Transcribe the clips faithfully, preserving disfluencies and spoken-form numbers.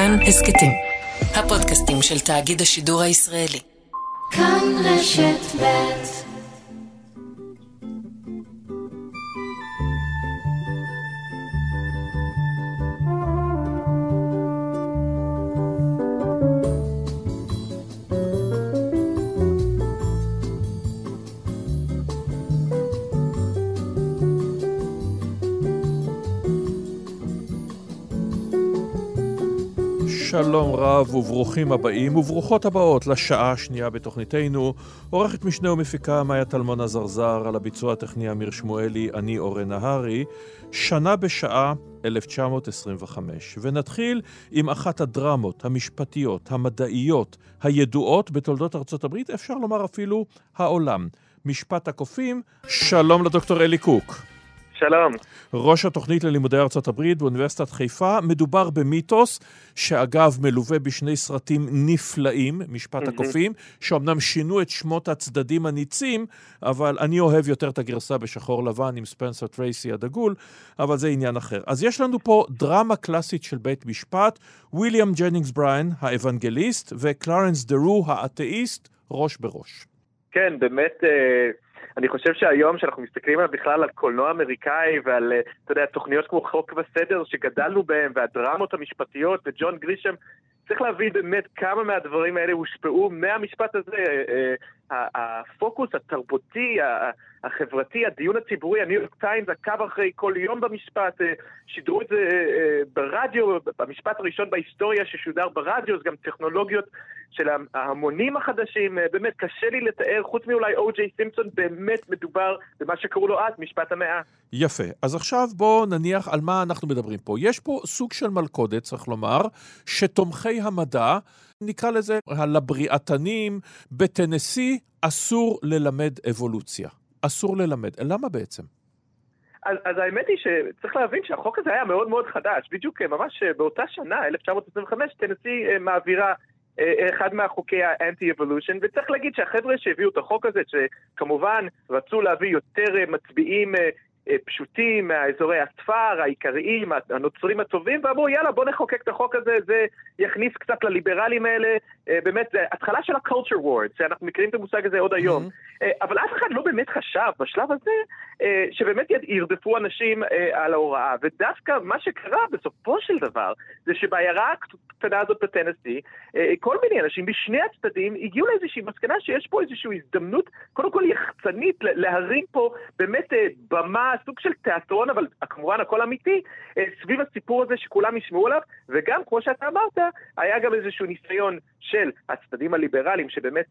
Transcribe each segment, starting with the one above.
כאן הסקטים, הפודקאסטים של תאגיד השידור הישראלי. כאן רשת ב'. שלום רב וברוכים הבאים וברוכות הבאות לשעה השנייה בתוכניתנו. עורכת משנה ומפיקה מאיה טלמון הזרזר, על הביצוע הטכני אמיר שמואלי, אני אורן נהרי. שנה בשעה אלף תשע מאות עשרים וחמש. ונתחיל עם אחת הדרמות המשפטיות, המדעיות, הידועות בתולדות ארצות הברית, אפשר לומר אפילו העולם. משפט הקופים. שלום לדוקטור אלי קוק. שלום. ראש התוכנית ללימודי ארצות הברית באוניברסיטת חיפה. מדובר במיתוס שאגב מלווה בשני סרטים נפלאים, משפט mm-hmm. הקופים, שאומנם שינו את שמות הצדדים הניצים, אבל אני אוהב יותר את הגרסה בשחור לבן עם ספנסר טרייסי הדגול, אבל זה עניין אחר. אז יש לנו פה דרמה קלאסית של בית משפט, וויליאם ג'נינגס בריין האבנגליסט וקלרנס דרו האתאיסט, ראש בראש. כן, באמת... אני חושב שהיום שאנחנו מסתכלים בכלל על קולנוע אמריקאי ועל, אתה יודע, תוכניות כמו חוק וסדר שגדלנו בהם והדרמות המשפטיות וג'ון גרישם, צריך להבין באמת כמה מהדברים האלה הושפעו מהמשפט הזה. הפוקוס התרבותי, החברתי, הדיון הציבורי, הניו יורק טיימס עקב אחרי כל יום במשפט, שידרו את זה ברדיו, במשפט הראשון בהיסטוריה ששודר ברדיו, אז גם טכנולוגיות של ההמונים החדשים, באמת קשה לי לתאר, חוץ מאולי או ג'יי סימפסון, באמת מדובר במה שקראו לו אז, משפט המאה. יפה, אז עכשיו בואו נניח על מה אנחנו מדברים פה. יש פה סוג של מלכודת, צריך לומר, שתומכי המדע, נקרא לזה הלבריאתנים, בטנסי אסור ללמד אבולוציה. אסור ללמד. למה בעצם? אז, אז האמת היא שצריך להבין שהחוק הזה היה מאוד מאוד חדש. בדיוק ממש באותה שנה, אלף תשע מאות עשרים וחמש, טנסי מעבירה אחד מהחוקי האנטי-אבולושן, וצריך להגיד שהחבר'ה שהביאו את החוק הזה, שכמובן רצו להביא יותר מצביעים פשוטים מהאזורי הספר, העיקריים, הנוצרים הטובים, ואמרו יאללה בוא נחוקק את החוק הזה, זה יכניס קצת לליברלים האלה, באמת זה התחלה של ה-culture wars, שאנחנו מכירים את המושג הזה עוד היום, mm-hmm. אבל אף אחד לא באמת חשב בשלב הזה, שבאמת ירדפו אנשים על ההוראה, ודווקא מה שקרה בסופו של דבר, זה שבעיירה הקטנה הזאת בטנסי, כל מיני אנשים בשני הצדדים הגיעו לאיזושהי מסקנה שיש פה איזושהי הזדמנות, קודם כל יחצנית, להרים פה באמת במה, סוג של תיאטרון, אבל כמובן הכל אמיתי, סביב הסיפור הזה שכולם ישמעו עליו, וגם כמו שאתה אמרת, היה גם איזשהו ניסיון של הצדדים הליברליים, שבאמת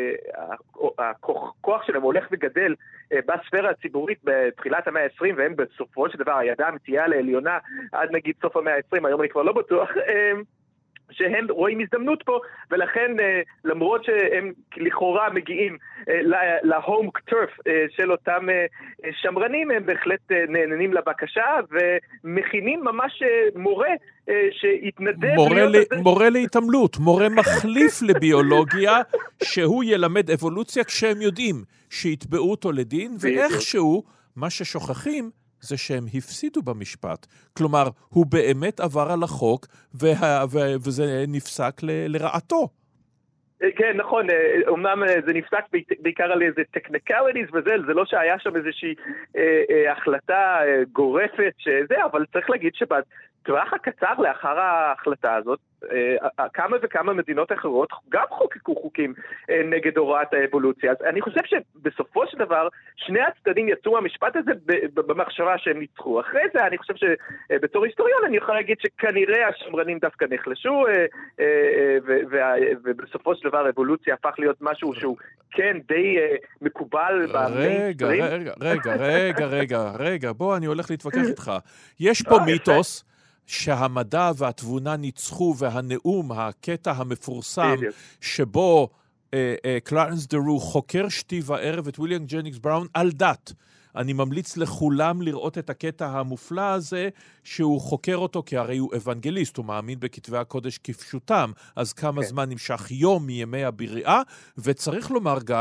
הכוח שלהם הולך וגדל בספירה הציבורית בתחילת המאה ה-עשרים, והם בסופו של דבר הידה המציאה לעליונה עד נגיד סוף המאה ה-עשרים, היום אני כבר לא בטוח, שהם רואים הזדמנות פה, ולכן למרות שהם לכאורה מגיעים להום טרף של אותם שמרנים, הם בהחלט נהנים לבקשה, ומכינים ממש מורה שהתנדב... מורה, ל... מורה להתעמלות, מורה מחליף לביולוגיה, שהוא ילמד אבולוציה כשהם יודעים שיתבעו אותו לדין, ואיכשהו מה ששוכחים, זה שהם הפסידו במשפט. כלומר, הוא באמת עבר על החוק, וה... ו... וזה נפסק ל... לרעתו. כן, נכון, אומנם זה נפסק בעיקר על איזה טכניקליטיז וזה, זה לא שהיה שם איזושהי אה, אה, החלטה אה, גורפת שזה, אבל צריך להגיד שבטווח הקצר לאחר ההחלטה הזאת, אה, כמה וכמה מדינות אחרות גם חוקקו חוקים אה, נגד הוראת האבולוציה. אז אני חושב שבסופו של דבר, שני הצדדים יצאו מהמשפט הזה במחשבה שהם ניצחו. אחרי זה אני חושב שבתור היסטוריון אני יכול להגיד שכנראה השמרנים דווקא נחלשו, אה, אה, ו- ו- ובסופו של דבר אבולוציה הפך להיות משהו שהוא כן די uh, מקובל רגע, רגע, רגע, רגע, רגע, רגע, בוא, אני הולך להתווכח איתך. יש פה מיתוס שהמדע והתבונה ניצחו, והנאום, הקטע המפורסם, שבו קלרנס דרו חוקר שתי וערב את וויליאם ג'נינגס בראון על דת. אני ממליץ לכולם לראות את הקטע המופלא הזה, שהוא חוקר אותו, כי הרי הוא אבנגליסט, הוא מאמין בכתבי הקודש כפשוטם, אז כמה זמן נמשך יום מימי הבריאה, וצריך לומר גם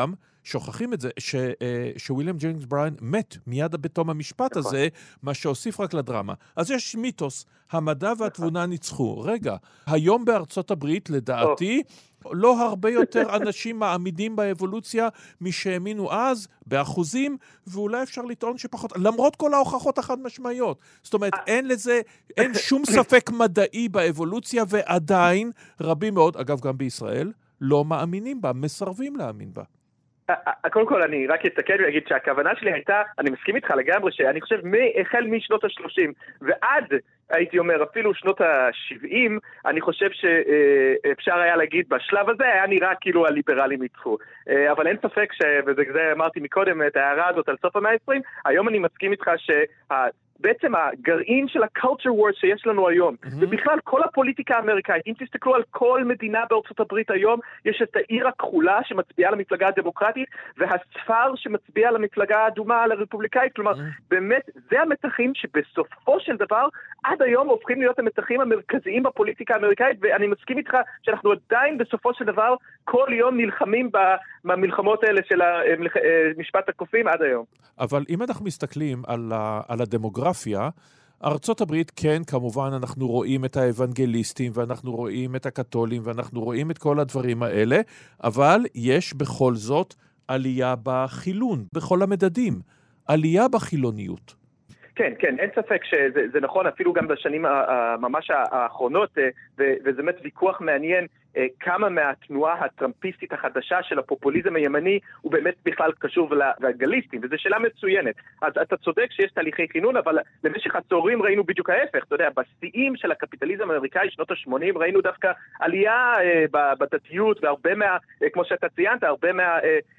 שוכחים את זה, ש, שוויליאם ג'יינס בריין מת מיד בתום המשפט הזה, מה שהוסיף רק לדרמה. אז יש מיתוס, המדע והתבונה ניצחו. רגע, היום בארצות הברית, לדעתי, לא הרבה יותר אנשים מעמידים באבולוציה משהאמינו אז, באחוזים, ואולי אפשר לטעון שפחות, למרות כל ההוכחות החד משמעיות. זאת אומרת, אין לזה, אין שום ספק מדעי באבולוציה, ועדיין רבים מאוד, אגב גם בישראל, לא מאמינים בה, מסרבים להאמין בה. קודם כל אני רק אתקן ואגיד שהכוונה שלי הייתה, אני מסכים איתך לגמרי, שאני חושב החל משנות ה-שלושים ועד, הייתי אומר, אפילו שנות ה-שבעים, אני חושב שאפשר היה להגיד בשלב הזה, היה נראה כאילו הליברלים ניצחו. אבל אין ספק, וזה אמרתי מקודם את ההערה הזאת על סוף המאה ה-עשרים, היום אני מסכים איתך שה... בעצם הגרעין של ה-culture wars שיש לנו היום, mm-hmm. ובכלל כל הפוליטיקה האמריקאית, אם תסתכלו על כל מדינה בארצות הברית היום, יש את העיר הכחולה שמצביעה למפלגה הדמוקרטית, והספר שמצביע למפלגה האדומה, לרפובליקאית, כלומר, mm-hmm. באמת, זה המתחים שבסופו של דבר, עד היום הופכים להיות המתחים המרכזיים בפוליטיקה האמריקאית, ואני מסכים איתך שאנחנו עדיין בסופו של דבר, כל יום נלחמים במלחמות האלה של משפט הקופים עד היום. אבל אם אנחנו מסתכלים על, ה, על הדמוגרפיה, ארצות הברית כן, כמובן אנחנו רואים את האבנגליסטים, ואנחנו רואים את הקתולים, ואנחנו רואים את כל הדברים האלה, אבל יש בכל זאת עלייה בחילון, בכל המדדים, עלייה בחילוניות. כן, כן, אין ספק שזה זה נכון, אפילו גם בשנים ממש האחרונות, וזה באמת ויכוח מעניין, כמה מהתנועה הטראמפיסטית החדשה של הפופוליזם הימני הוא באמת בכלל קשור לגליסטים, וזו שאלה מצוינת. אז אתה צודק שיש תהליכי חינון, אבל למשך עשורים ראינו בדיוק ההפך. אתה יודע, בשיאים של הקפיטליזם האמריקאי, שנות ה-שמונים, ראינו דווקא עלייה בדתיות, והרבה מה, כמו שאתה ציינת, הרבה מה...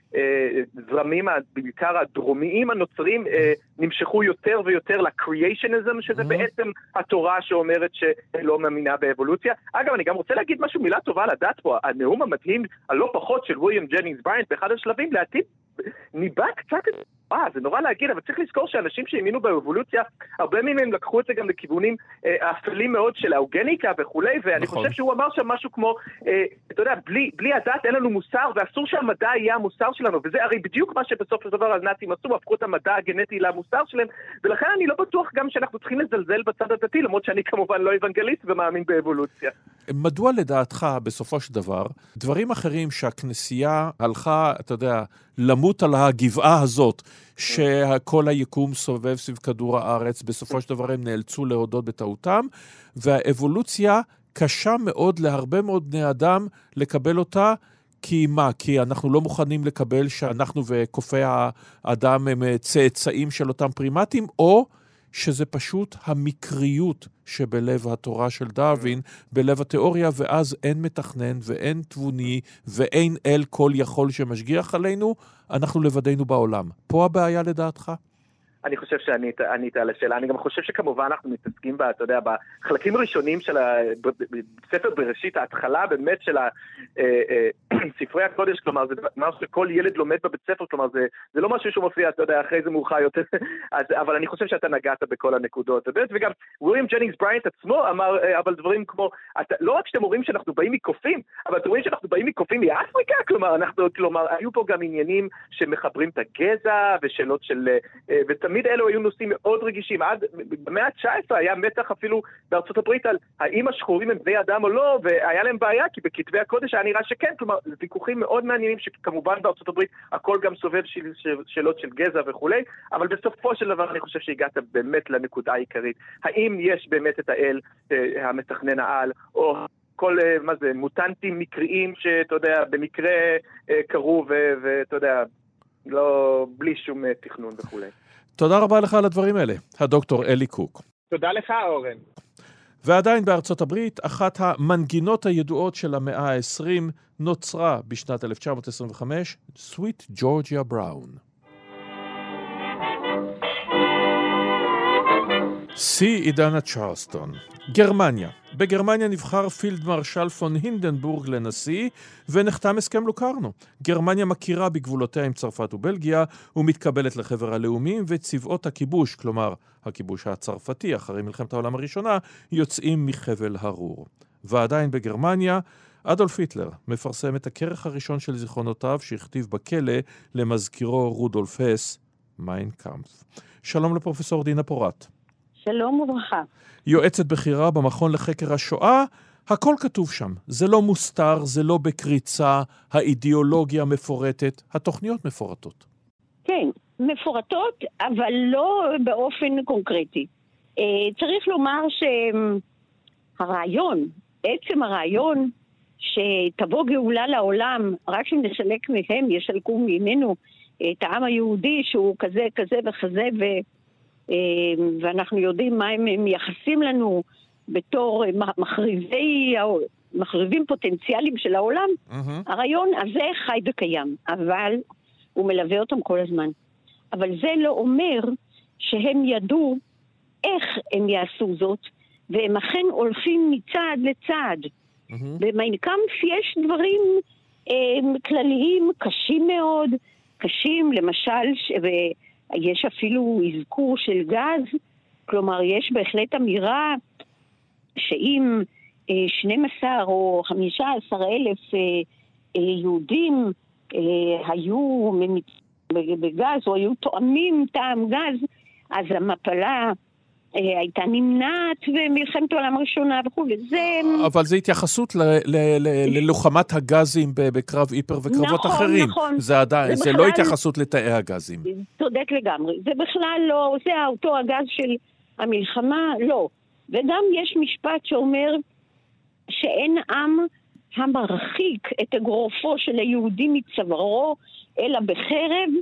זרמים, בעיקר הדרומיים הנוצרים, נמשכו יותר ויותר לקריאיישניזם, שזה בעצם התורה שאומרת שלא מאמינה באבולוציה. אגב, אני גם רוצה להגיד משהו, מילה טובה על הדת פה, הנאום המדהים הלא פחות של וויליאם ג'נינגס בריין באחד השלבים לעתיד ניבא קצת, אה, זה נורא להגיד, אבל צריך לזכור שאנשים שהאמינו באבולוציה, הרבה מהם לקחו את זה גם לכיוונים אה, אפלים מאוד של האוגניקה וכולי, ואני נכון. חושב שהוא אמר שם משהו כמו, אה, אתה יודע, בלי, בלי הדת אין לנו מוסר, ואסור שהמדע יהיה המוסר שלנו, וזה הרי בדיוק מה שבסוף הדבר הנאצים עשו, הפכו את המדע הגנטי למוסר שלהם, ולכן אני לא בטוח גם שאנחנו צריכים לזלזל בצד הדתי, למרות שאני כמובן לא אבנגליסט ומאמין באבולוציה. מדוע לדעתך בסופו של דבר, דברים אחרים שהכנסייה הלכה, אתה יודע, למות על הגבעה הזאת, שכל היקום סובב סביב כדור הארץ, בסופו של דבר הם נאלצו להודות בטעותם, והאבולוציה קשה מאוד להרבה מאוד בני אדם לקבל אותה, כי מה? כי אנחנו לא מוכנים לקבל שאנחנו וקופי האדם הם צאצאים של אותם פרימטים, או שזה פשוט המקריות שבלב התורה של דרווין, בלב התיאוריה, ואז אין מתכנן ואין תבוני ואין אל כל יכול שמשגיח עלינו, אנחנו לבדנו בעולם. פה הבעיה לדעתך? אני חושב שענית על השאלה. אני גם חושב שכמובן אנחנו מתעסקים בה, אתה יודע, בחלקים הראשונים של הספר בראשית, ההתחלה באמת של ספרי הקודש, כלומר, זה משהו שכל ילד לומד בבית ספר, כלומר, זה, זה לא משהו שהוא מופיע, אתה יודע, אחרי זה מאוחר יותר, אז, אבל אני חושב שאתה נגעת בכל הנקודות, וגם וויליאם ג'נינגס בריינט עצמו אמר, אבל דברים כמו, אתה, לא רק שאתם אומרים שאנחנו באים מקופים, אבל אתם אומרים שאנחנו באים מקופים מאפריקה, כלומר, אנחנו, כלומר, היו פה גם עניינים שמחברים את הגזע, ושאלות של, ותמיד אלו היו נושאים מאוד רגישים, עד במאה ה-תשע עשרה היה מתח אפילו בארצות הברית על האם השחורים הם בני אדם או לא, והיה להם בעיה, כי בכתבי הקודש היה נראה שכן, כלומר, ויכוחים מאוד מעניינים שכמובן בארצות הברית הכל גם סובב של, של, שאלות של גזע וכולי, אבל בסופו של דבר אני חושב שהגעת באמת לנקודה העיקרית. האם יש באמת את האל, המתכנן העל, או כל, מה זה, מוטנטים מקריים שאתה יודע, במקרה קרו ואתה יודע, לא, בלי שום תכנון וכולי. תודה רבה לך על הדברים האלה, הדוקטור אלי קוק. תודה לך, אורן. ועדיין בארצות הברית, אחת המנגינות הידועות של המאה ה-עשרים נוצרה בשנת אלף תשע מאות עשרים וחמש, Sweet Georgia Brown. שיא עידן צ'רלסטון. גרמניה. בגרמניה נבחר פילד מרשל פון הינדנבורג לנשיא, ונחתם הסכם לוקרנו. גרמניה מכירה בגבולותיה עם צרפת ובלגיה, ומתקבלת לחבר הלאומים, וצבאות הכיבוש, כלומר, הכיבוש הצרפתי אחרי מלחמת העולם הראשונה, יוצאים מחבל הרור. ועדיין בגרמניה, אדולף היטלר מפרסם את הכרך הראשון של זיכרונותיו שהכתיב בכלא למזכירו רודולף הס, מיין קאמפף. שלום לפרופסור דינה פורט. שלום וברכה. יועצת בכירה במכון לחקר השואה, הכל כתוב שם. זה לא מוסתר, זה לא בקריצה, האידיאולוגיה מפורטת, התוכניות מפורטות. כן, מפורטות, אבל לא באופן קונקרטי. צריך לומר שהרעיון, עצם הרעיון שתבוא גאולה לעולם, רק אם נסלק מהם, יסלקו ממנו את העם היהודי שהוא כזה, כזה וכזה, ו, ואנחנו יודעים מה הם מייחסים לנו בתור מחריבי, מחריבים פוטנציאליים של העולם, mm-hmm. הרעיון הזה חי וקיים, אבל הוא מלווה אותם כל הזמן. אבל זה לא אומר שהם ידעו איך הם יעשו זאת, והם אכן הולכים מצעד לצעד. Mm-hmm. במיין קאמפף יש דברים אה, כלליים קשים מאוד, קשים, למשל, ש... ויש אפילו אזכור של גז, כלומר יש בהחלט אמירה שאם אה, שנים עשר או חמישה עשר אלף אה, אה, יהודים אה, היו בגז או היו תואמים טעם גז, אז המפלה אה, הייתה נמנעת במלחמת העולם הראשונה וכו'. זה... אבל זה התייחסות ל- ל- ל- ללוחמת הגזים בקרב איפר וקרבות נכון, אחרים. נכון. זה, עדיין, זה, זה בכלל... לא התייחסות לתאי הגזים. צודק לגמרי. זה בכלל לא, זה אותו הגז של המלחמה, לא. וגם יש משפט שאומר שאין עם המרחיק את אגרופו של היהודי מצווארו, אלא בחרב,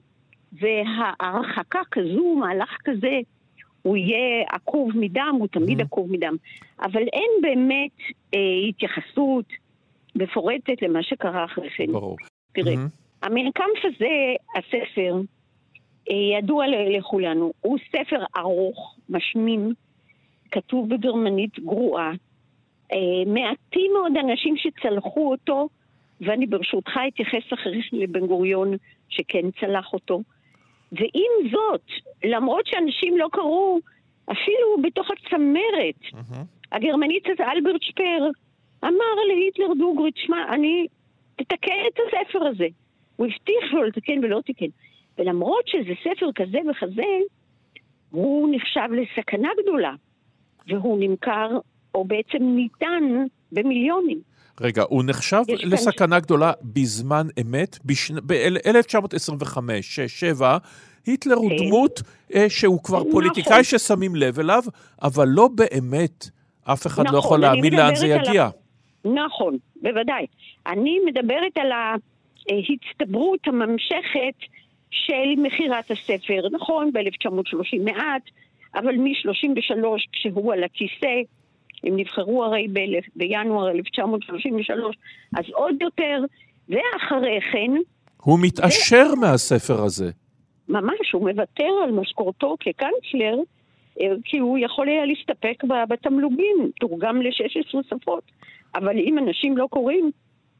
וההרחקה כזו, מהלך כזה, הוא יהיה עקוב מדם, הוא תמיד עקוב מדם. אבל אין באמת אה, התייחסות מפורטת למה שקרה אחרי כן. ברור. תראה, המיין קאמפף הזה, הספר, אה, ידוע לכולנו, הוא ספר ארוך, משמים, כתוב בגרמנית גרועה. אה, מעטים מאוד אנשים שצלחו אותו, ואני ברשותך אתייחס אחרי לבן גוריון שכן צלח אותו. ועם זאת, למרות שאנשים לא קראו, אפילו בתוך הצמרת, uh-huh. הגרמנית הזאת, אלברט שפר, אמר להיטלר דוגרי, תשמע, אני תתקן את הספר הזה. הוא הבטיח לו לתקן ולא תקן. ולמרות שזה ספר כזה וכזה, הוא נחשב לסכנה גדולה. והוא נמכר, או בעצם ניתן במיליונים. רגע, הוא נחשב לסכנה כאן... גדולה בזמן אמת, ב-אלף תשע מאות עשרים וחמש, שבע, היטלר הוא דמות אה, שהוא כבר נכון. פוליטיקאי ששמים לב אליו, אבל לא באמת, אף אחד נכון, לא יכול להאמין לאן זה יגיע. ה... נכון, בוודאי. אני מדברת על ההצטברות הממשכת של מחירת הספר, נכון, ב-אלף תשע מאות שלושים מעט, אבל מ-שלושים ושלוש כשהוא על הכיסא, הם נבחרו הרי ב- בינואר אלף תשע מאות שלושים ושלוש, אז עוד יותר, ואחרי כן... הוא מתעשר ו... מהספר הזה. ממש, הוא מוותר על משכורתו כקנצלר, כי הוא יכול היה להסתפק בתמלוגים, תורגם ל-שש עשרה שפות. אבל אם אנשים לא קוראים,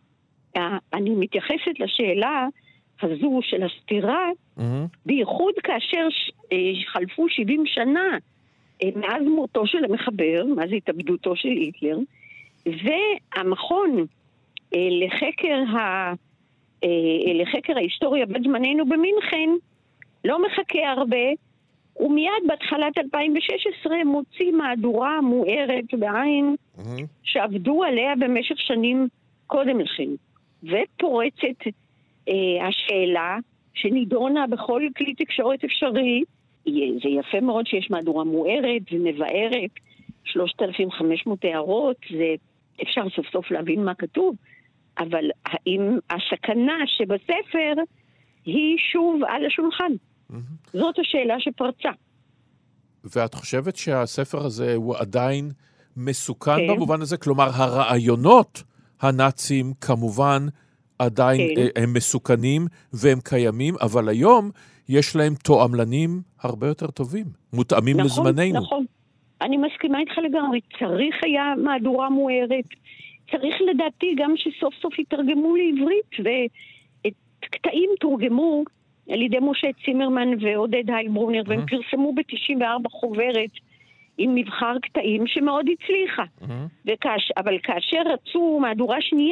אני מתייחסת לשאלה הזו של הסתירה, mm-hmm. בייחוד כאשר חלפו שבעים שנה, מאז מותו של המחבר, מאז התאבדותו של היטלר, והמכון לחקר, ה, לחקר ההיסטוריה בזמננו במינכן, לא מחכה הרבה, ומיד בתחילת אלפיים ושש עשרה מוציא מהדורה מוארת בעין, mm-hmm. שעבדו עליה במשך שנים קודם לכן, ופורצת אה, השאלה שנידונה בכל כלי תקשורת אפשרי, זה יפה מאוד שיש מהדורה מוארת ומבארת, שלושת אלפים וחמש מאות הערות, זה אפשר סוף סוף להבין מה כתוב, אבל האם הסכנה שבספר היא שוב על השולחן? Mm-hmm. זאת השאלה שפרצה. ואת חושבת שהספר הזה הוא עדיין מסוכן כן. במובן הזה? כלומר, הרעיונות הנאצים כמובן עדיין כן. הם מסוכנים והם קיימים, אבל היום יש להם תועמלנים הרבה יותר טובים, מותאמים נכון, לזמננו. נכון, אני מסכימה איתך לגמרי. צריך היה מהדורה מוארת, צריך לדעתי גם שסוף סוף יתרגמו לעברית, ואת קטעים תורגמו על ידי משה צימרמן ועודד היילברונר, והם פרסמו ב-תשעים וארבע חוברת עם מבחר קטעים שמאוד הצליחה. Mm-hmm. וכאש, אבל כאשר רצו מהדורה שנייה,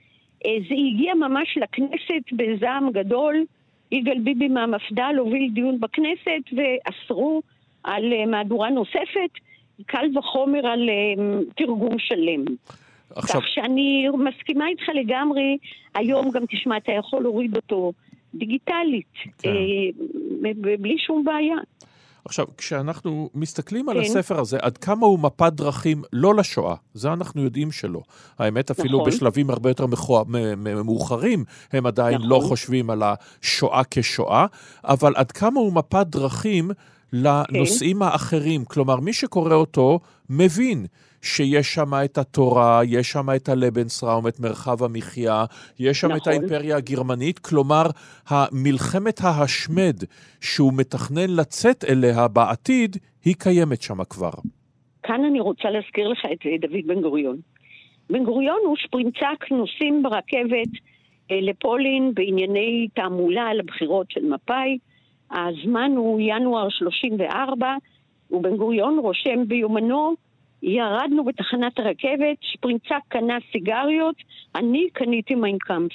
זה הגיע ממש לכנסת בזעם גדול. יגאל ביבי מהמפד"ל הוביל דיון בכנסת ואסרו על מהדורה נוספת, קל וחומר על תרגום שלם. עכשיו... כך שאני מסכימה איתך לגמרי, היום גם תשמע, אתה יכול להוריד אותו דיגיטלית, כן. אה, בלי שום בעיה. עכשיו, כשאנחנו מסתכלים כן. על הספר הזה, עד כמה הוא מפת דרכים לא לשואה, זה אנחנו יודעים שלא. האמת, אפילו נכון. בשלבים הרבה יותר מכוע, מאוחרים, הם עדיין נכון. לא חושבים על השואה כשואה, אבל עד כמה הוא מפת דרכים לנושאים כן. האחרים. כלומר, מי שקורא אותו מבין שיש שם את התורה, יש שם את הלבנסראום, את מרחב המחיה, יש שם נכון. את האימפריה הגרמנית, כלומר, המלחמת ההשמד שהוא מתכנן לצאת אליה בעתיד, היא קיימת שם כבר. כאן אני רוצה להזכיר לך את דוד בן גוריון. בן גוריון הוא שפרינצק נוסעים ברכבת לפולין בענייני תעמולה על הבחירות של מפאי, הזמן הוא ינואר שלושים וארבע, ובן גוריון רושם ביומנו, ירדנו בתחנת הרכבת, שפרינצק קנה סיגריות, אני קניתי מיין קאמפף.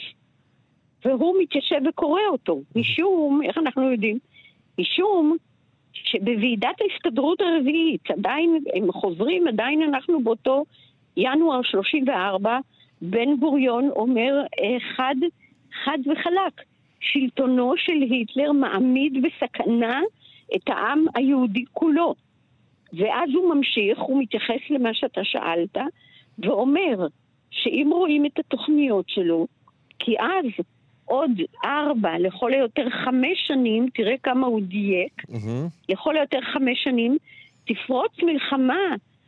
והוא מתיישב וקורא אותו, משום, איך אנחנו יודעים? משום שבוועידת ההסתדרות הרביעית, עדיין הם חוזרים, עדיין אנחנו באותו ינואר שלושים וארבע, בן גוריון אומר חד, חד וחלק, שלטונו של היטלר מעמיד בסכנה את העם היהודי כולו. ואז הוא ממשיך, הוא מתייחס למה שאתה שאלת, ואומר שאם רואים את התוכניות שלו, כי אז עוד ארבע, לכל היותר חמש שנים, תראה כמה הוא דייק, mm-hmm. לכל היותר חמש שנים, תפרוץ מלחמה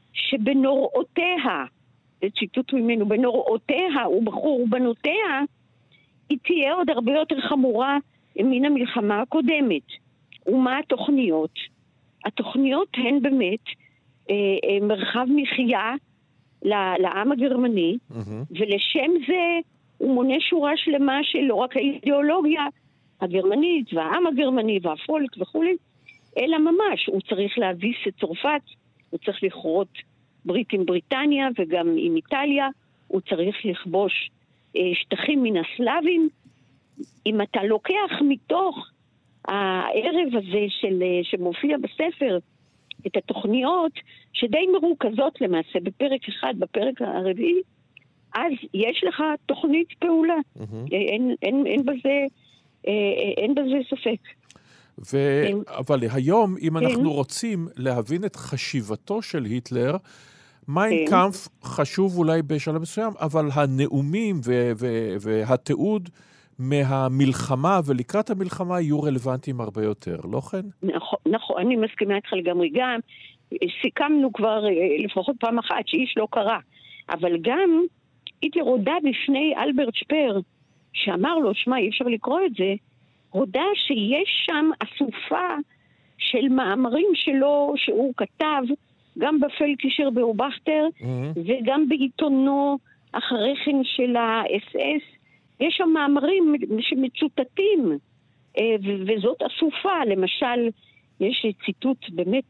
שבנוראותיה, זה ציטוט ממנו, בנוראותיה ובחורבנותיה, היא תהיה עוד הרבה יותר חמורה מן המלחמה הקודמת. ומה התוכניות? התוכניות הן באמת אה, אה, מרחב מחיה לעם הגרמני, mm-hmm. ולשם זה הוא מונה שורה שלמה של לא רק האידיאולוגיה הגרמנית והעם הגרמני והפולק וכו', אלא ממש הוא צריך להביס את צרפת, הוא צריך לכרות ברית עם בריטניה וגם עם איטליה, הוא צריך לכבוש אה, שטחים מן הסלאבים. אם אתה לוקח מתוך הערב הזה של, שמופיע בספר את התוכניות שדי מרוכזות למעשה בפרק אחד, בפרק הרביעי, אז יש לך תוכנית פעולה. Mm-hmm. אין, אין, אין בזה, אין בזה ספק. ו... אין. אבל היום, אם אין. אנחנו רוצים להבין את חשיבתו של היטלר, מיין קאמפף חשוב אולי בשלב מסוים, אבל הנאומים ו- ו- והתיעוד מהמלחמה ולקראת המלחמה יהיו רלוונטיים הרבה יותר, לא כן? נכון, נכון, אני מסכימה איתך לגמרי. גם סיכמנו כבר לפחות פעם אחת שאיש לא קרא, אבל גם היטלר הודע בפני אלברט שפר, שאמר לו, שמע, אי אפשר לקרוא את זה, הודע שיש שם אסופה של מאמרים שלו שהוא כתב, גם בפלקישר באובכטר, mm-hmm. וגם בעיתונו אחרי כן של ה-אס אס, יש שם מאמרים שמצוטטים, וזאת אסופה. למשל, יש ציטוט באמת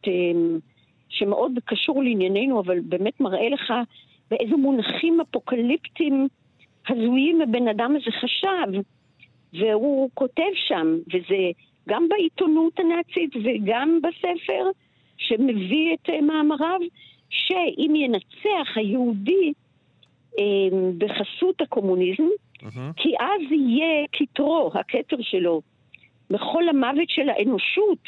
שמאוד קשור לענייננו, אבל באמת מראה לך באיזה מונחים אפוקליפטיים הזויים הבן אדם הזה חשב, והוא כותב שם, וזה גם בעיתונות הנאצית וגם בספר שמביא את מאמריו, שאם ינצח היהודי בחסות הקומוניזם, mm-hmm. כי אז יהיה כתרו, הכתר שלו, בכל המוות של האנושות,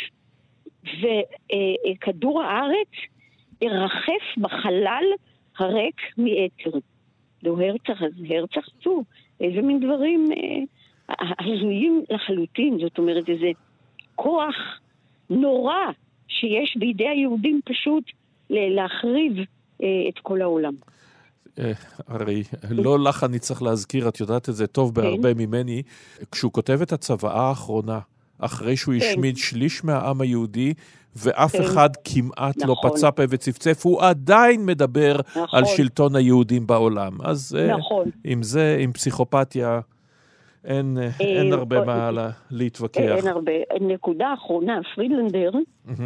וכדור הארץ ירחף בחלל הריק מאתר. לא הרצח, אז הרצח צור. איזה מין דברים הזויים לחלוטין. זאת אומרת, איזה כוח נורא שיש בידי היהודים פשוט להחריב את כל העולם. הרי לא לך אני צריך להזכיר, את יודעת את זה טוב בהרבה ממני, כשהוא כותב את הצוואה האחרונה, אחרי שהוא השמיד שליש מהעם היהודי, ואף אחד כמעט לא פצע פה וצפצף, הוא עדיין מדבר על שלטון היהודים בעולם. אז עם זה, עם פסיכופתיה, אין הרבה מה להתווכח. אין הרבה. נקודה אחרונה, פרידלנדר,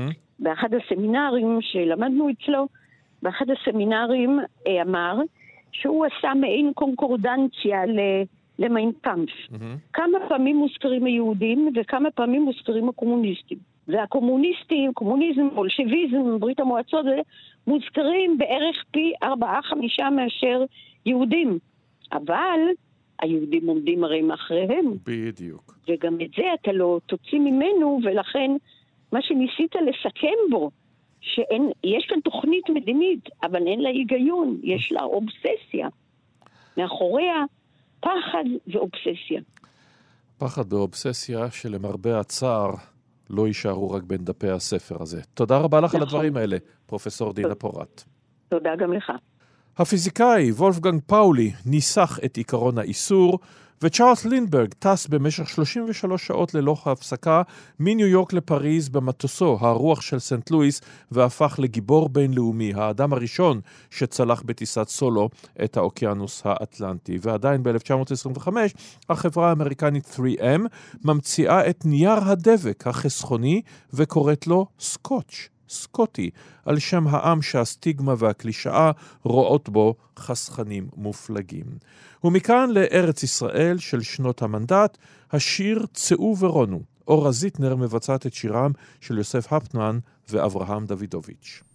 באחד הסמינרים שלמדנו אצלו, באחד הסמינרים אמר שהוא עשה מעין קונקורדנציה למיינקאמפ. Mm-hmm. כמה פעמים מוזכרים היהודים וכמה פעמים מוזכרים הקומוניסטים. והקומוניסטים, קומוניזם, בולשביזם, ברית המועצות, מוזכרים בערך פי ארבעה חמישה מאשר יהודים. אבל היהודים עומדים הרי מאחריהם. בדיוק. וגם את זה אתה לא תוציא ממנו, ולכן מה שניסית לסכם בו, שיש כאן תוכנית מדינית, אבל אין לה היגיון, יש לה אובססיה. מאחוריה פחד ואובססיה. פחד ואובססיה שלמרבה הצער לא יישארו רק בין דפי הספר הזה. תודה רבה לך נכון. על הדברים האלה, פרופסור דינה פורת. תודה גם לך. הפיזיקאי וולפגנג פאולי ניסח את עיקרון האיסור, וצ'ארלס לינדברג טס במשך שלושים ושלוש שעות ללא הפסקה מניו יורק לפריז במטוסו הרוח של סנט לואיס, והפך לגיבור בינלאומי, האדם הראשון שצלח בטיסת סולו את האוקיינוס האטלנטי. ועדיין ב-אלף תשע מאות עשרים וחמש החברה האמריקנית תרי אם ממציאה את נייר הדבק החסכוני וקוראת לו סקוטש. סקוטי, על שם העם שהסטיגמה והקלישאה רואות בו חסכנים מופלגים. ומכאן לארץ ישראל של שנות המנדט, השיר צאו ורונו. אורה זיטנר מבצעת את שירם של יוסף הפטמן ואברהם דוידוביץ'.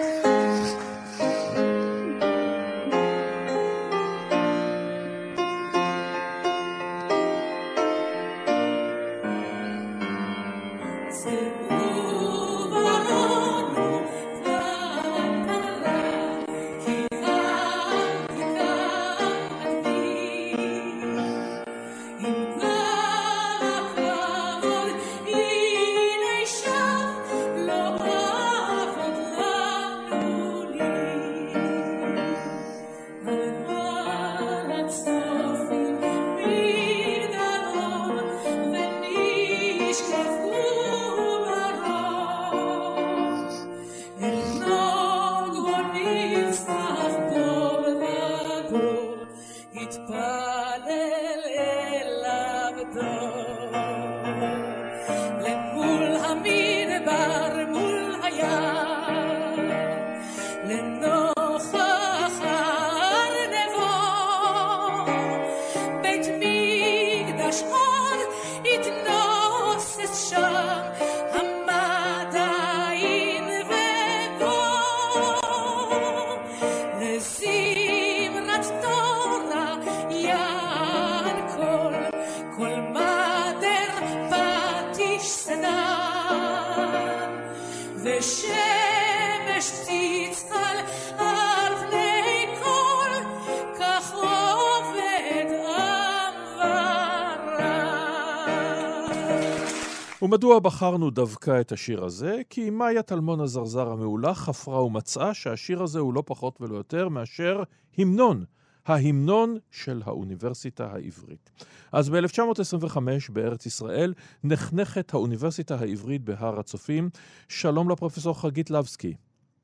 ומדוע בחרנו דווקא את השיר הזה? כי מאיה טלמון הזרזר המעולה חפרה ומצאה שהשיר הזה הוא לא פחות ולא יותר מאשר המנון, ההמנון של האוניברסיטה העברית. אז ב-אלף תשע מאות עשרים וחמש בארץ ישראל נחנכת האוניברסיטה העברית בהר הצופים. שלום לפרופסור חגית לבסקי.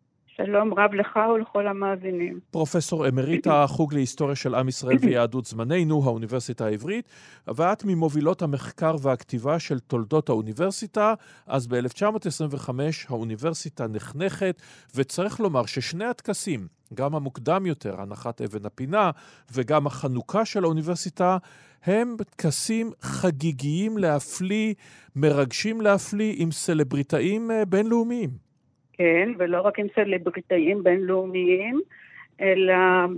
שלום רב לך ולכל המאזינים. פרופסור אמריטה, החוג להיסטוריה של עם ישראל ויהדות זמננו, האוניברסיטה העברית, ואת ממובילות המחקר והכתיבה של תולדות האוניברסיטה. אז ב-אלף תשע מאות עשרים וחמש האוניברסיטה נחנכת, וצריך לומר ששני הטקסים, גם המוקדם יותר, הנחת אבן הפינה, וגם החנוכה של האוניברסיטה, הם טקסים חגיגיים להפליא, מרגשים להפליא, עם סלבריטאים בינלאומיים. כן, ולא רק עם סלבריטאים בינלאומיים, אלא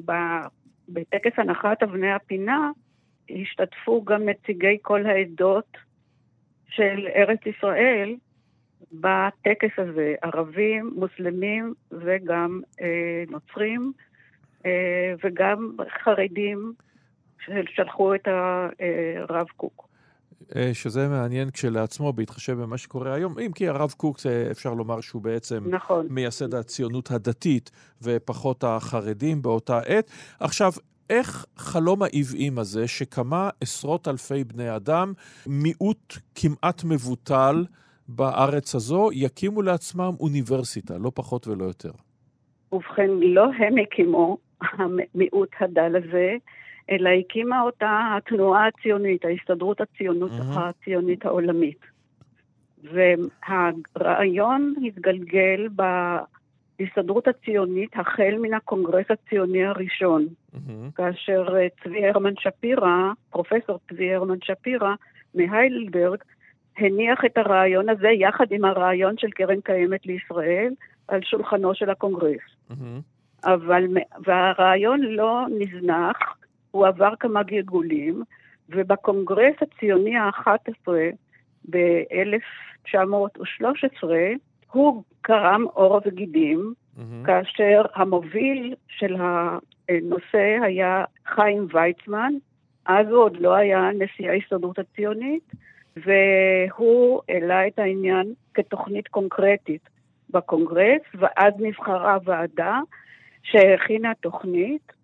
בטקס הנחת אבני הפינה השתתפו גם נציגי כל העדות של ארץ ישראל בטקס הזה, ערבים, מוסלמים וגם אה, נוצרים אה, וגם חרדים ששלחו את הרב קוק. שזה מעניין כשלעצמו בהתחשב במה שקורה היום, אם כי הרב קוק אפשר לומר שהוא בעצם נכון. מייסד הציונות הדתית ופחות החרדים באותה עת. עכשיו, איך חלום העוועים הזה שכמה עשרות אלפי בני אדם, מיעוט כמעט מבוטל בארץ הזו, יקימו לעצמם אוניברסיטה, לא פחות ולא יותר? ובכן, לא הם הקימו, המיעוט הדל הזה, אלא הקימה אותה התנועה הציונית, ההסתדרות הציונות, mm-hmm. הציונית העולמית. והרעיון התגלגל בהסתדרות הציונית החל מן הקונגרס הציוני הראשון, mm-hmm. כאשר צבי הרמן שפירא, פרופסור צבי הרמן שפירא מהיידלברג, הניח את הרעיון הזה יחד עם הרעיון של קרן קיימת לישראל על שולחנו של הקונגרס. Mm-hmm. אבל, והרעיון לא נזנח, הוא עבר כמה גלגולים, ובקונגרס הציוני ה-אחד עשר ב-אלף תשע מאות ושלוש עשרה הוא קרם עור וגידים, mm-hmm. כאשר המוביל של הנושא היה חיים ויצמן, אז הוא עוד לא היה נשיא ההסתדרות הציונית, והוא העלה את העניין כתוכנית קונקרטית בקונגרס, ואז נבחרה ועדה שהכינה תוכנית,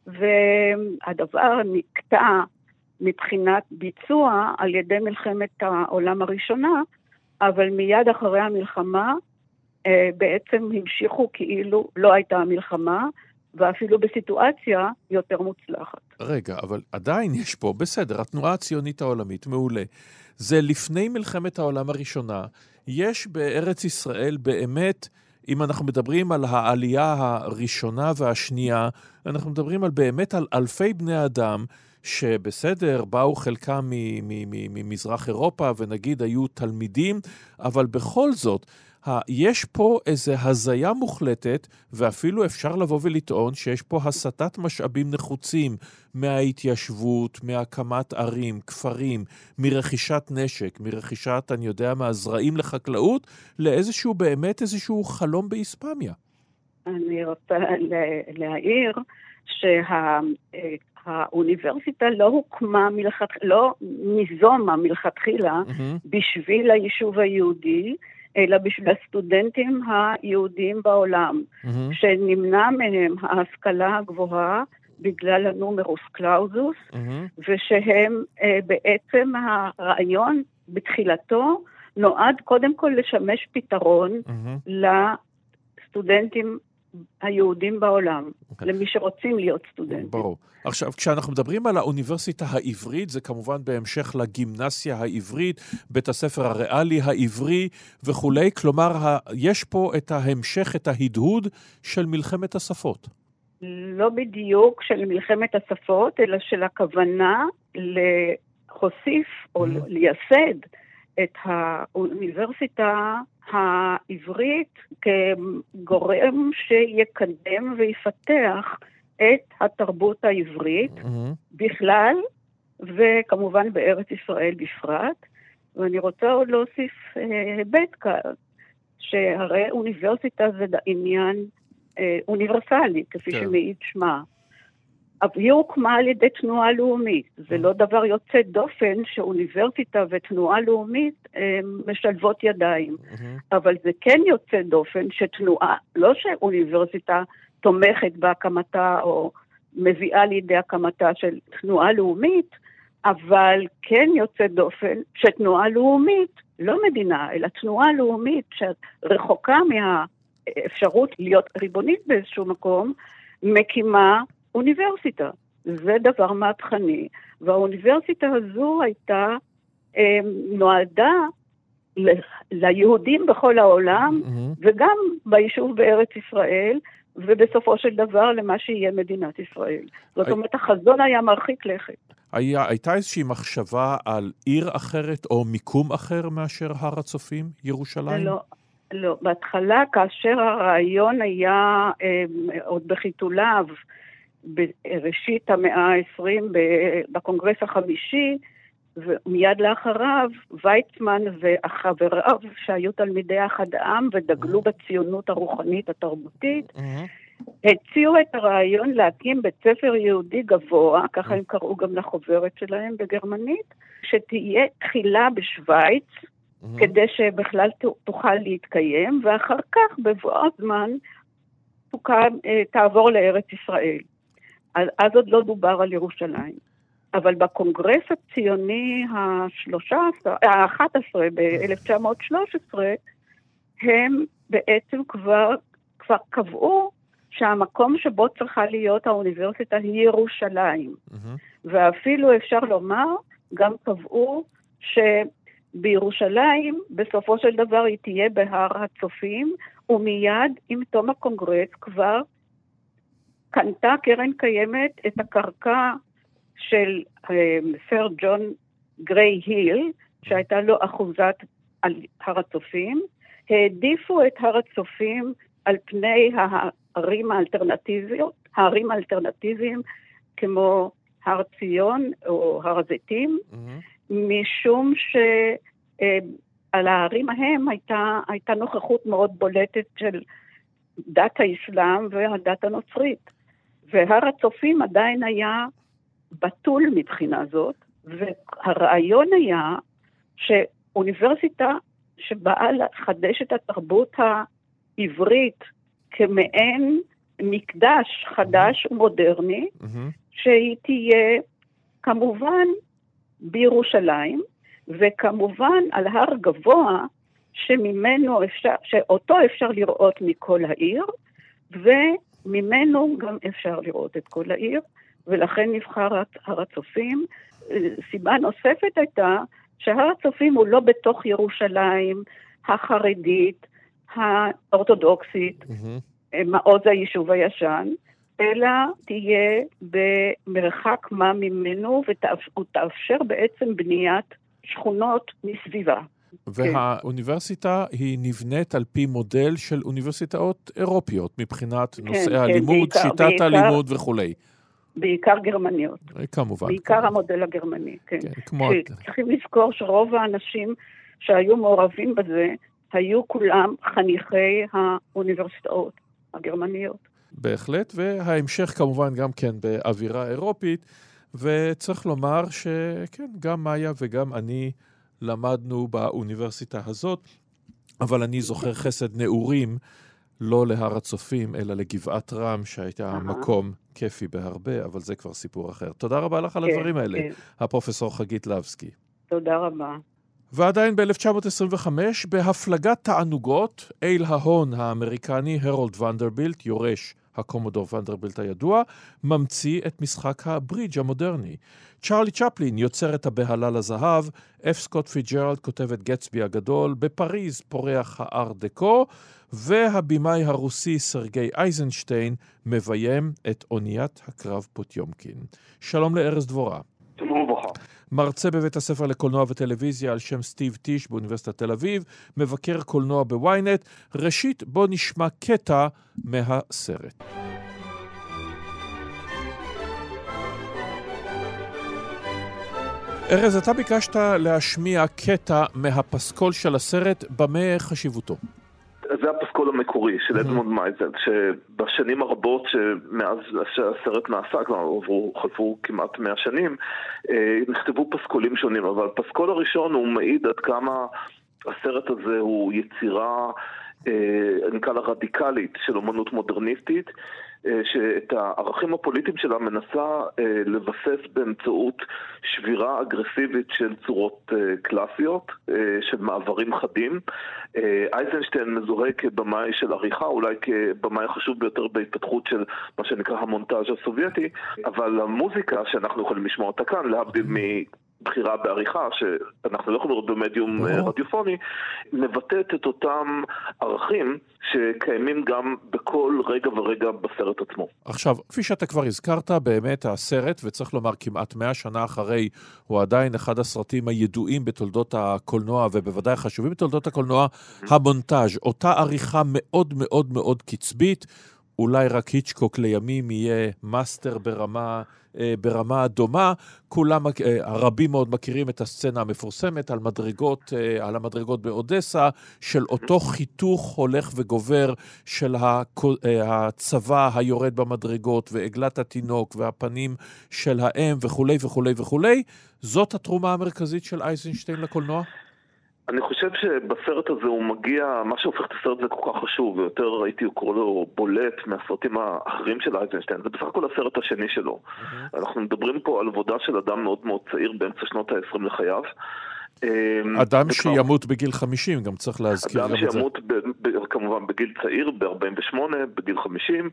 והדבר נקטע מבחינת ביצוע על ידי מלחמת העולם הראשונה, אבל מיד אחרי המלחמה בעצם המשיכו כאילו לא הייתה המלחמה, ואפילו בסיטואציה יותר מוצלחת. רגע, אבל עדיין יש פה, בסדר, התנועה הציונית העולמית, מעולה. זה לפני מלחמת העולם הראשונה. יש בארץ ישראל באמת, אם אנחנו מדברים על העלייה הראשונה והשנייה, אנחנו מדברים על באמת על אלפי בני אדם, שבסדר, באו חלקם ממזרח אירופה, ונגיד היו תלמידים, אבל בכל זאת, יש פה איזו הזיה מוחלטת, ואפילו אפשר לבוא ולטעון שיש פה הסטת משאבים נחוצים מההתיישבות, מהקמת ערים, כפרים, מרכישת נשק, מרכישת, אני יודע, מהזרעים לחקלאות, לאיזשהו באמת איזשהו חלום באספמיה. אני רוצה להעיר שה... האוניברסיטה לא הוקמה מלכת... לא ניזומה מלכתחילה mm-hmm. בשביל היישוב היהודי, אלא בשביל הסטודנטים היהודים בעולם, mm-hmm. שנמנע מהם ההשכלה הגבוהה בגלל הנומרוס קלאוזוס, mm-hmm. ושהם אה, בעצם הרעיון בתחילתו נועד קודם כל לשמש פתרון mm-hmm. לסטודנטים היהודים בעולם, okay. למי שרוצים להיות סטודנטים. ברור. עכשיו, כשאנחנו מדברים על האוניברסיטה העברית, זה כמובן בהמשך לגימנסיה העברית, בית הספר הריאלי העברי וכולי, כלומר, ה... יש פה את ההמשך, את ההדהוד של מלחמת השפות. לא בדיוק של מלחמת השפות, אלא של הכוונה להוסיף או mm-hmm. לייסד את האוניברסיטה העברית כגורם שיקדם ויפתח את התרבות העברית mm-hmm. בכלל, וכמובן בארץ ישראל בפרט. ואני רוצה עוד להוסיף היבט כאן, שהרי אוניברסיטה זה עניין אה, אוניברסלי, כפי כן. שמעיד שמה. אבל היא הוקמה על ידי תנועה לאומית. זה לא דבר יוצא דופן שאוניברסיטה ותנועה לאומית משלבות ידיים. אבל זה כן יוצא דופן שתנועה, לא שאוניברסיטה תומכת בהקמתה או מביאה לידי הקמתה של תנועה לאומית, אבל כן יוצא דופן שתנועה לאומית, לא מדינה, אלא תנועה לאומית שרחוקה מהאפשרות להיות ריבונית באיזשהו מקום, מקימה אוניברסיטה. זה דבר מהפכני, והאוניברסיטה הזו הייתה אה, נועדה ל, ליהודים בכל העולם, mm-hmm. וגם ביישוב בארץ ישראל, ובסופו של דבר למה שיהיה מדינת ישראל. זאת אומרת, החזון היה מרחיק לכת. היה, הייתה איזושהי מחשבה על עיר אחרת או מיקום אחר מאשר הר הצופים, ירושלים? לא, לא. בהתחלה, כאשר הרעיון היה אה, עוד בחיתוליו, בראשית המאה ה-עשרים בקונגרס החמישי, ומיד לאחריו, ויצמן והחבריו שהיו תלמידי אחד העם ודגלו בציונות הרוחנית התרבותית, הציעו את הרעיון להקים בית ספר יהודי גבוה, ככה הם קראו גם לחוברת שלהם בגרמנית, שתהיה תחילה בשוויץ, כדי שבכלל תוכל להתקיים, ואחר כך בבוא הזמן תעבור לארץ ישראל. אז עוד לא דובר על ירושלים. אבל בקונגרס הציוני ה-אחד עשר ב-אלף תשע מאות ושלוש עשרה, הם בעצם כבר, כבר קבעו שהמקום שבו צריכה להיות האוניברסיטה היא ירושלים. Mm-hmm. ואפילו אפשר לומר, גם קבעו בירושלים, בסופו של דבר היא תהיה בהר הצופים, ומיד עם תום הקונגרס כבר קנתה קרן קיימת את הקרקע של סר ג'ון גריי היל, שהייתה לו אחוזת על הר הצופים, העדיפו את הר הצופים על פני הערים האלטרנטיביות, הערים האלטרנטיביים כמו הר ציון או הר הזיתים, mm-hmm. משום שעל הערים ההם הייתה, הייתה נוכחות מאוד בולטת של דת האסלאם והדת הנוצרית. והר הצופים עדיין היה בטול מבחינה זאת, והרעיון היה שאוניברסיטה שבאה לחדש את התרבות העברית כמעין מקדש חדש ומודרני, שהיא תהיה כמובן בירושלים, וכמובן על הר גבוה שממנו אפשר, שאותו אפשר לראות מכל העיר, וממנו גם אפשר לראות את כל העיר, ולכן נבחר הר הצופים. סיבה נוספת הייתה שהר הצופים הוא לא בתוך ירושלים החרדית, האורתודוקסית, mm-hmm. מעוז היישוב הישן, אלא תהיה במרחק מה ממנו, ותאפשר בעצם בניית שכונות מסביבה. והאוניברסיטה היא נבנית על פי מודל של אוניברסיטאות אירופיות, מבחינת כן, נושאי כן, הלימוד, בעיקר, שיטת בעיקר, הלימוד וכו'. בעיקר גרמניות. כמובן. בעיקר כן. המודל הגרמני, כן. כן כמו... צריכים לזכור שרוב האנשים שהיו מעורבים בזה, היו כולם חניכי האוניברסיטאות הגרמניות. בהחלט, וההמשך כמובן גם כן באווירה אירופית, וצריך לומר שכן, גם מאיה וגם אני למדנו באוניברסיטה הזאת, אבל אני זוכר חסד נעורים, לא להר הצופים, אלא לגבעת רם, שהייתה מקום כיפי בהרבה, אבל זה כבר סיפור אחר. תודה רבה לך על הדברים האלה, הפרופסור חגית לבסקי. תודה רבה. ועדיין ב-אלף תשע מאות עשרים וחמש, בהפלגת תענוגות, אייל ההון האמריקני, הרולד ונדרבילט, יורש הקומודור ונדרבילט הידוע, ממציא את משחק הברידג' המודרני. צ'רלי צ'פלין יוצר את הבהלה לזהב, אף סקוט פיג'רלד כותב את גטסבי הגדול, בפריז פורח הארט דקו, והבימאי הרוסי סרגי אייזנשטיין מביים את אוניית הקרב פוטיומקין. שלום לארז דבורה. שלום וברכה. מרצה בבית הספר לקולנוע וטלוויזיה על שם סטיב טיש באוניברסיטת תל אביב, מבקר קולנוע בוויינט. ראשית, בוא נשמע קטע מהסרט. ארז, אתה ביקשת להשמיע קטע מהפסקול של הסרט, במה חשיבותו? זה הפסקול המקורי של אדמונד מייזל, שבשנים הרבות שמאז שהסרט נעשה, כבר עברו, חלפו כמעט מאה שנים, נכתבו פסקולים שונים, אבל הפסקול הראשון הוא מעיד עד כמה הסרט הזה הוא יצירה, נקרא לה רדיקלית, של אומנות מודרניסטית, שאת הערכים הפוליטיים שלה מנסה לבסס באמצעות שבירה אגרסיבית של צורות קלאסיות, של מעברים חדים. אייזנשטיין מזוהה כבמאי של עריכה, אולי כבמאי החשוב ביותר בהתפתחות של מה שנקרא המונטאז' הסובייטי, אבל המוזיקה שאנחנו יכולים לשמוע אותה כאן, להבדיל מ... בחירה בעריכה, שאנחנו לא יכולים לראות במדיום רדיופוני, מבטאת את אותם ערכים שקיימים גם בכל רגע ורגע בסרט עצמו. עכשיו, כפי שאתה כבר הזכרת, באמת הסרט, וצריך לומר כמעט מאה שנה אחרי, הוא עדיין אחד הסרטים הידועים בתולדות הקולנוע, ובוודאי חשובים בתולדות הקולנוע, המונטאז', אותה עריכה מאוד מאוד מאוד קצבית, אולי רק היצ'קוק לימים יהיה מאסטר ברמה, ברמה דומה. כולם, הרבים מאוד מכירים את הסצנה המפורסמת על מדרגות, על המדרגות באודסה, של אותו חיתוך הולך וגובר של הצבא היורד במדרגות, ועגלת התינוק, והפנים של האם, וכו' וכו' וכו'. זאת התרומה המרכזית של אייזנשטיין לקולנוע? אני חושב שבסרט הזה הוא מגיע, מה שהופך את הסרט הזה כל כך חשוב, ויותר הייתי קורא לו בולט מהסרטים האחרים של אייזנשטיין, זה בסך הכל הסרט השני שלו. Mm-hmm. אנחנו מדברים פה על עבודה של אדם מאוד מאוד צעיר באמצע שנות ה-עשרים לחייו. אדם שימות בגיל חמישים, גם צריך להזכיר גם את זה. אדם שימות כמובן בגיל צעיר, ב-ארבעים ושמונה, בגיל חמישים,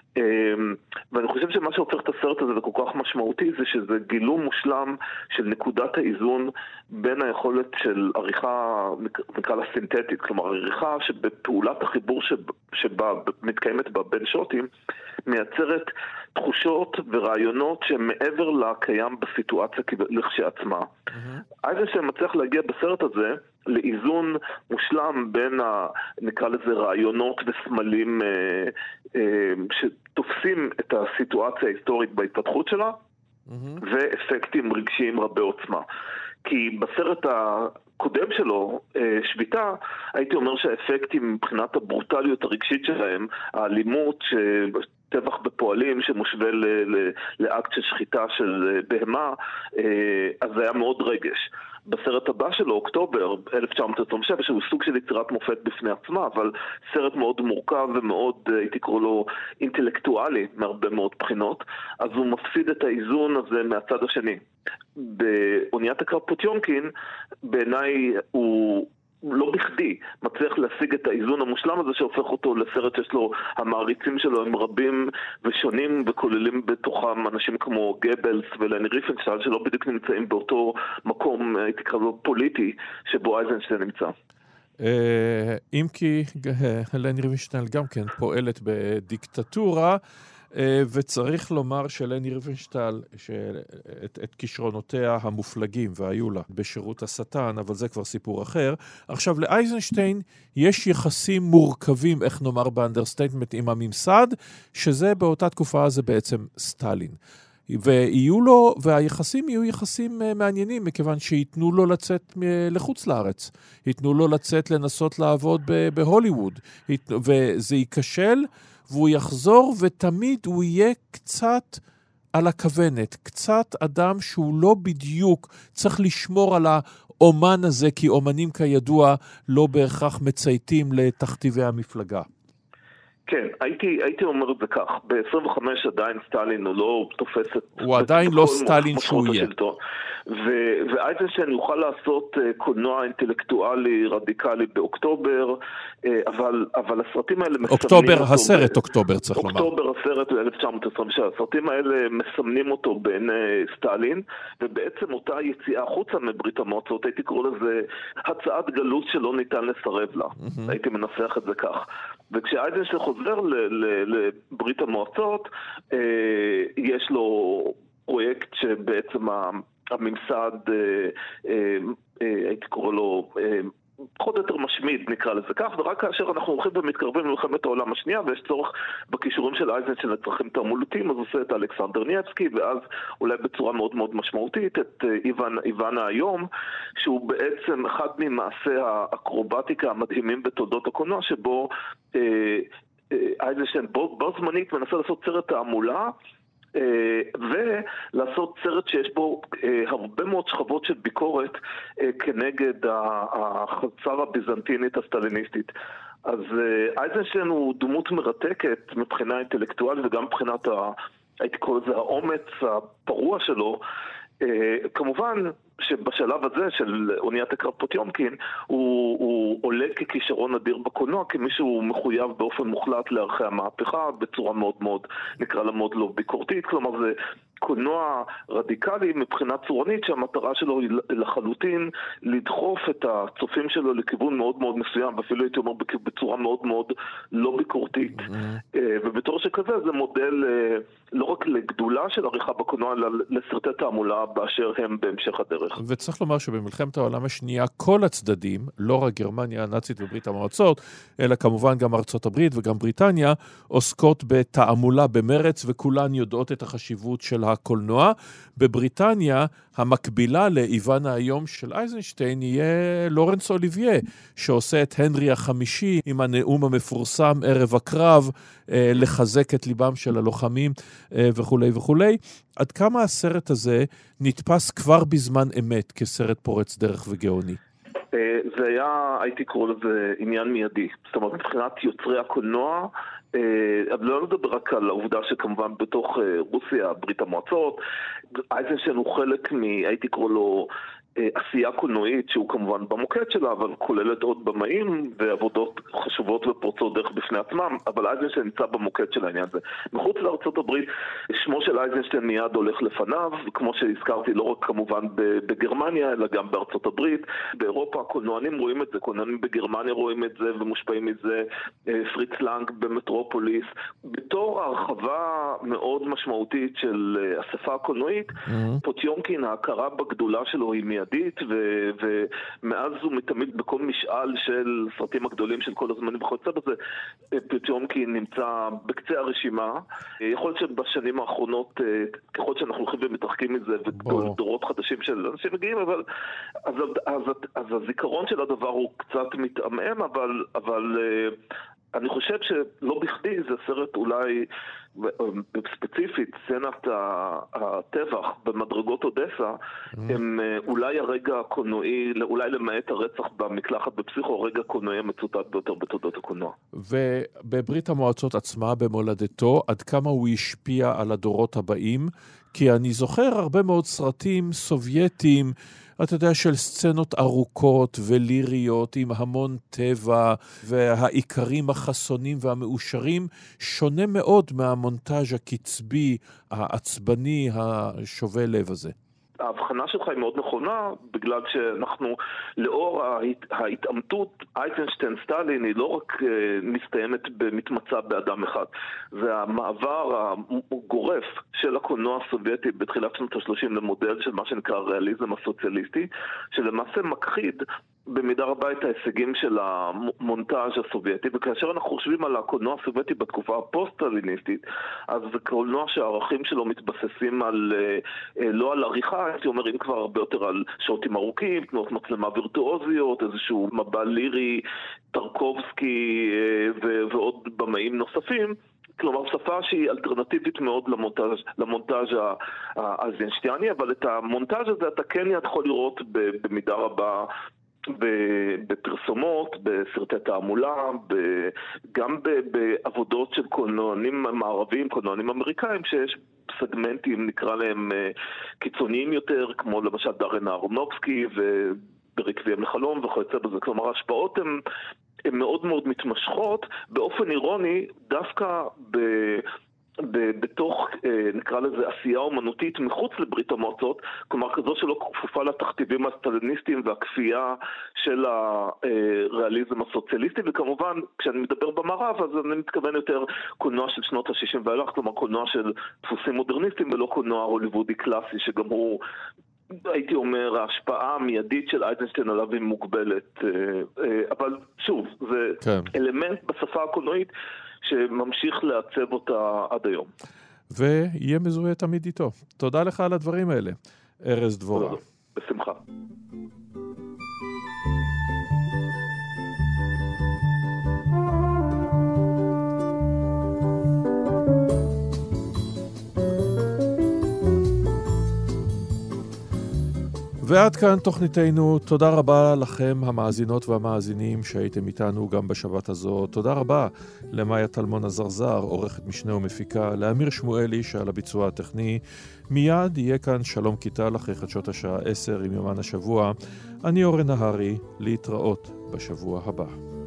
ואני חושב שמה שהופך את הסרט הזה וכל כך משמעותי זה שזה גילום מושלם של נקודת האיזון בין היכולת של עריכה, נקרא לה סינתטית, כלומר עריכה שבפעולת החיבור שבה מתקיימת בה בין שוטים, מייצרת תחושות ורעיונות שמעבר לקיים בסיטואציה לכשעצמה. אייזנשטיין מצליח להגיע בסרט הזה לאיזון מושלם בין, ה, נקרא לזה, רעיונות וסמלים אה, אה, שתופסים את הסיטואציה ההיסטורית בהתפתחות שלה, mm-hmm. ואפקטים רגשיים רבי עוצמה. כי בסרט הקודם שלו, שביתה, הייתי אומר שהאפקטים מבחינת הברוטליות הרגשית שלהם, האלימות, טבח בפועלים שמושווה לאקט של שחיטה של בהמה, אז זה היה מאוד רגש. בסרט הבא שלו, אוקטובר אלף תשע מאות עשרים ושבע, שהוא סוג של יצירת מופת בפני עצמה, אבל סרט מאוד מורכב ומאוד, הייתי קורא לו, אינטלקטואלי מהרבה מאוד בחינות, אז הוא מפסיד את האיזון הזה מהצד השני. באוניית הקרב פוטיומקין, בעיניי הוא לא בכדי מצליח להשיג את האיזון המושלם הזה שהופך אותו לסרט שיש לו, המעריצים שלו הם רבים ושונים וכוללים בתוכם אנשים כמו גבלס ולני ריפנשטל שלא בדיוק נמצאים באותו מקום, הייתי קרא לו פוליטי, שבו אייזנשטיין נמצא. אם כי לני ריפנשטל גם כן פועלת בדיקטטורה, וצריך לומר שלני ריפנשטל, את, את כישרונותיה המופלגים והיו לה בשירות השטן, אבל זה כבר סיפור אחר. עכשיו, לאייזנשטיין יש יחסים מורכבים, איך נאמר באנדרסטייטמנט, עם הממסד, שזה באותה תקופה זה בעצם סטלין. ויהיו לו, והיחסים יהיו יחסים מעניינים, מכיוון שיתנו לו לצאת לחוץ לארץ. יתנו לו לצאת לנסות לעבוד בהוליווד, וזה ייכשל, והוא יחזור ותמיד הוא יהיה קצת על הכוונת, קצת אדם שהוא לא בדיוק צריך לשמור על האומן הזה, כי אומנים כידוע לא בהכרח מצייתים לתכתיבי המפלגה. כן, הייתי, הייתי אומר את זה כך, ב-עשרים וחמש עדיין סטלין הוא לא תופס את... הוא עדיין לא סטלין שהוא יהיה. ואייזנשטיין יוכל לעשות קולנוע אינטלקטואלי רדיקלי באוקטובר, אבל, אבל הסרטים האלה מסמנים אוקטובר, אותו... הסרט אוקטובר צריך לומר. אוקטובר הסרט ב-אלף תשע מאות עשרים ושש. הסרטים האלה מסמנים אותו בין סטלין, ובעצם אותה יציאה חוצה מברית המועצות, הייתי קורא לזה הצעת גלות שלא ניתן לסרב לה. Mm-hmm. הייתי מנסח את זה כך. וכשאייזנשטיין חוזר לברית המועצות, יש לו פרויקט שבעצם הממסד, הייתי קורא לו, פחות או יותר משמיד, נקרא לזה כך, ורק כאשר אנחנו הולכים ומתקרבים למלחמת העולם השנייה, ויש צורך בכישורים של אייזנשטיין לצרכים תעמולתיים, אז עושה את אלכסנדר ניאצקי, ואז אולי בצורה מאוד מאוד משמעותית, את איוון, איוון היום, שהוא בעצם אחד ממעשי האקרובטיקה המדהימים בתולדות הקולנוע, שבו אייזנשטיין בו, בו זמנית מנסה לעשות סרט תעמולה, ולעשות סרט שיש בו הרבה מאוד שכבות של ביקורת כנגד החצר הביזנטינית הסטליניסטית. אז אייזנשטיין הוא דמות מרתקת מבחינה אינטלקטואלית וגם מבחינת, הייתי קורא לזה, האומץ הפרוע שלו. כמובן שבשלב הזה של אוניית הקרב פוטיומקין הוא, הוא עולה ככישרון אדיר בקולנוע, כמישהו מחויב באופן מוחלט לערכי המהפכה בצורה מאוד מאוד, נקרא לה מאוד לא ביקורתית, כלומר זה קולנוע רדיקלי מבחינה צורנית שהמטרה שלו היא לחלוטין לדחוף את הצופים שלו לכיוון מאוד מאוד מסוים, ואפילו הייתי אומר בצורה מאוד מאוד לא ביקורתית. Mm-hmm. ובתור שכזה זה מודל לא רק לגדולה של עריכה בקולנוע, אלא לסרטי תעמולה באשר הם בהמשך הדרך. וצריך לומר שבמלחמת העולם השנייה כל הצדדים, לא רק גרמניה הנאצית וברית המועצות, אלא כמובן גם ארצות הברית וגם בריטניה, עוסקות בתעמולה במרץ, וכולן יודעות את החשיבות של הקולנוע. בבריטניה המקבילה לאיוון היום של אייזנשטיין יהיה לורנס אוליביה, שעושה את הנרי החמישי עם הנאום המפורסם ערב הקרב, אה, לחזק את ליבם של הלוחמים אה, וכו' וכו'. עד כמה הסרט הזה נתפס כבר בזמן אמת כסרט פורץ דרך וגאוני? זה היה, הייתי קורא לזה עניין מיידי. זאת אומרת, מבחינת יוצרי הקולנוע, אבל לא נדבר רק על העובדה שכמובן בתוך רוסיה, ברית המועצות, אייזנשטיין הוא חלק מ, הייתי קורא לו, עשייה קולנועית שהוא כמובן במוקד שלה, אבל כוללת עוד במאים ועבודות חשובות ופורצות דרך בפני עצמם, אבל אייזנשטיין נמצא במוקד של העניין הזה. מחוץ לארצות הברית, שמו של אייזנשטיין מיד הולך לפניו, כמו שהזכרתי, לא רק כמובן בגרמניה, אלא גם בארצות הברית. באירופה הקולנוענים רואים את זה, קולנוענים בגרמניה רואים את זה ומושפעים מזה, פריץ לנג במטרופוליס. בתור הרחבה מאוד משמעותית של השפה הקולנועית, mm-hmm. פוטיומקין, ההכרה בגדולה שלו היא מיידית, ו- ומאז הוא מתמיד בכל משאל של סרטים הגדולים של כל הזמנים וכיוצא בזה, פוטיומקין נמצא בקצה הרשימה. יכול להיות שבשנים האחרונות, ככל שאנחנו הולכים ומתרחקים מזה, ודורות חדשים של אנשים מגיעים, אבל אז, אז, אז, אז הזיכרון של הדבר הוא קצת מתעמם, אבל, אבל אני חושב שלא בכדי זה סרט אולי ספציפית, סצנת הטבח במדרגות אודסה, הם אולי הרגע הקולנועי, אולי למעט הרצח במקלחת בפסיכו, הרגע הקולנועי המצוטט ביותר בתולדות הקולנוע. ובברית המועצות עצמה, במולדתו, עד כמה הוא השפיע על הדורות הבאים? כי אני זוכר הרבה מאוד סרטים סובייטיים, אתה יודע, של סצנות ארוכות וליריות עם המון טבע, והעיקרים החסונים והמאושרים, שונה מאוד מהמונטאז' הקצבי, העצבני, השובה לב הזה. ההבחנה שלך היא מאוד נכונה, בגלל שאנחנו, לאור ההת, ההתאמתות, אייזנשטיין סטלין היא לא רק uh, מסתיימת במתמצא באדם אחד. זה המעבר הגורף של הקולנוע הסובייטי בתחילת שנות ה-שלושים למודל של מה שנקרא הריאליזם הסוציאליסטי, שלמעשה מכחיד במידה רבה את ההישגים של המונטאז' הסובייטי, וכאשר אנחנו חושבים על הקולנוע הסובייטי בתקופה הפוסט-סטליניסטית, אז זה קולנוע שהערכים שלו מתבססים על, לא על עריכה, הייתי אומר, אם כבר הרבה יותר על שוטים ארוכים, תנועות מצלמה וירטואוזיות, איזשהו מבע לירי, טרקובסקי ו- ועוד במאים נוספים, כלומר, שפה שהיא אלטרנטיבית מאוד למונטאז', למונטאז' האייזנשטייני, אבל את המונטאז' הזה אתה כן יכול לראות במידה רבה בפרסומות, בסרטי תעמולה, גם בעבודות של קולנוענים מערביים, קולנוענים אמריקאים, שיש סגמנטים, נקרא להם קיצוניים יותר, כמו למשל דארן אהרונובסקי וברקביהם לחלום וכיוצא בזה. כלומר, ההשפעות הן הן מאוד מאוד מתמשכות, באופן אירוני, דווקא ב... בתוך, נקרא לזה, עשייה אומנותית מחוץ לברית המועצות, כלומר כזו שלא כפופה לתכתיבים הסטליניסטיים והכפייה של הריאליזם הסוציאליסטי, וכמובן כשאני מדבר במערב אז אני מתכוון יותר קולנוע של שנות ה-שישים ואילך, כלומר קולנוע של דפוסים מודרניסטיים ולא קולנוע הוליוודי קלאסי, שגם הוא, הייתי אומר, ההשפעה המיידית של אייזנשטיין עליו היא מוגבלת, אבל שוב, זה כן. אלמנט בשפה הקולנועית שממשיך לעצב אותה עד היום. ויהיה מזוהה תמיד איתו. תודה לך על הדברים האלה, ארז דבורה. בשמחה. ועד כאן תוכניתנו. תודה רבה לכם המאזינות והמאזינים שהייתם איתנו גם בשבת הזו. תודה רבה למאיה טלמון הזרזר, עורכת משנה ומפיקה, לאמיר שמואלי שעל הביצוע הטכני. מיד יהיה כאן שלום כיתה אחרי חדשות השעה עשר עם יומן השבוע. אני אורן נהרי, להתראות בשבוע הבא.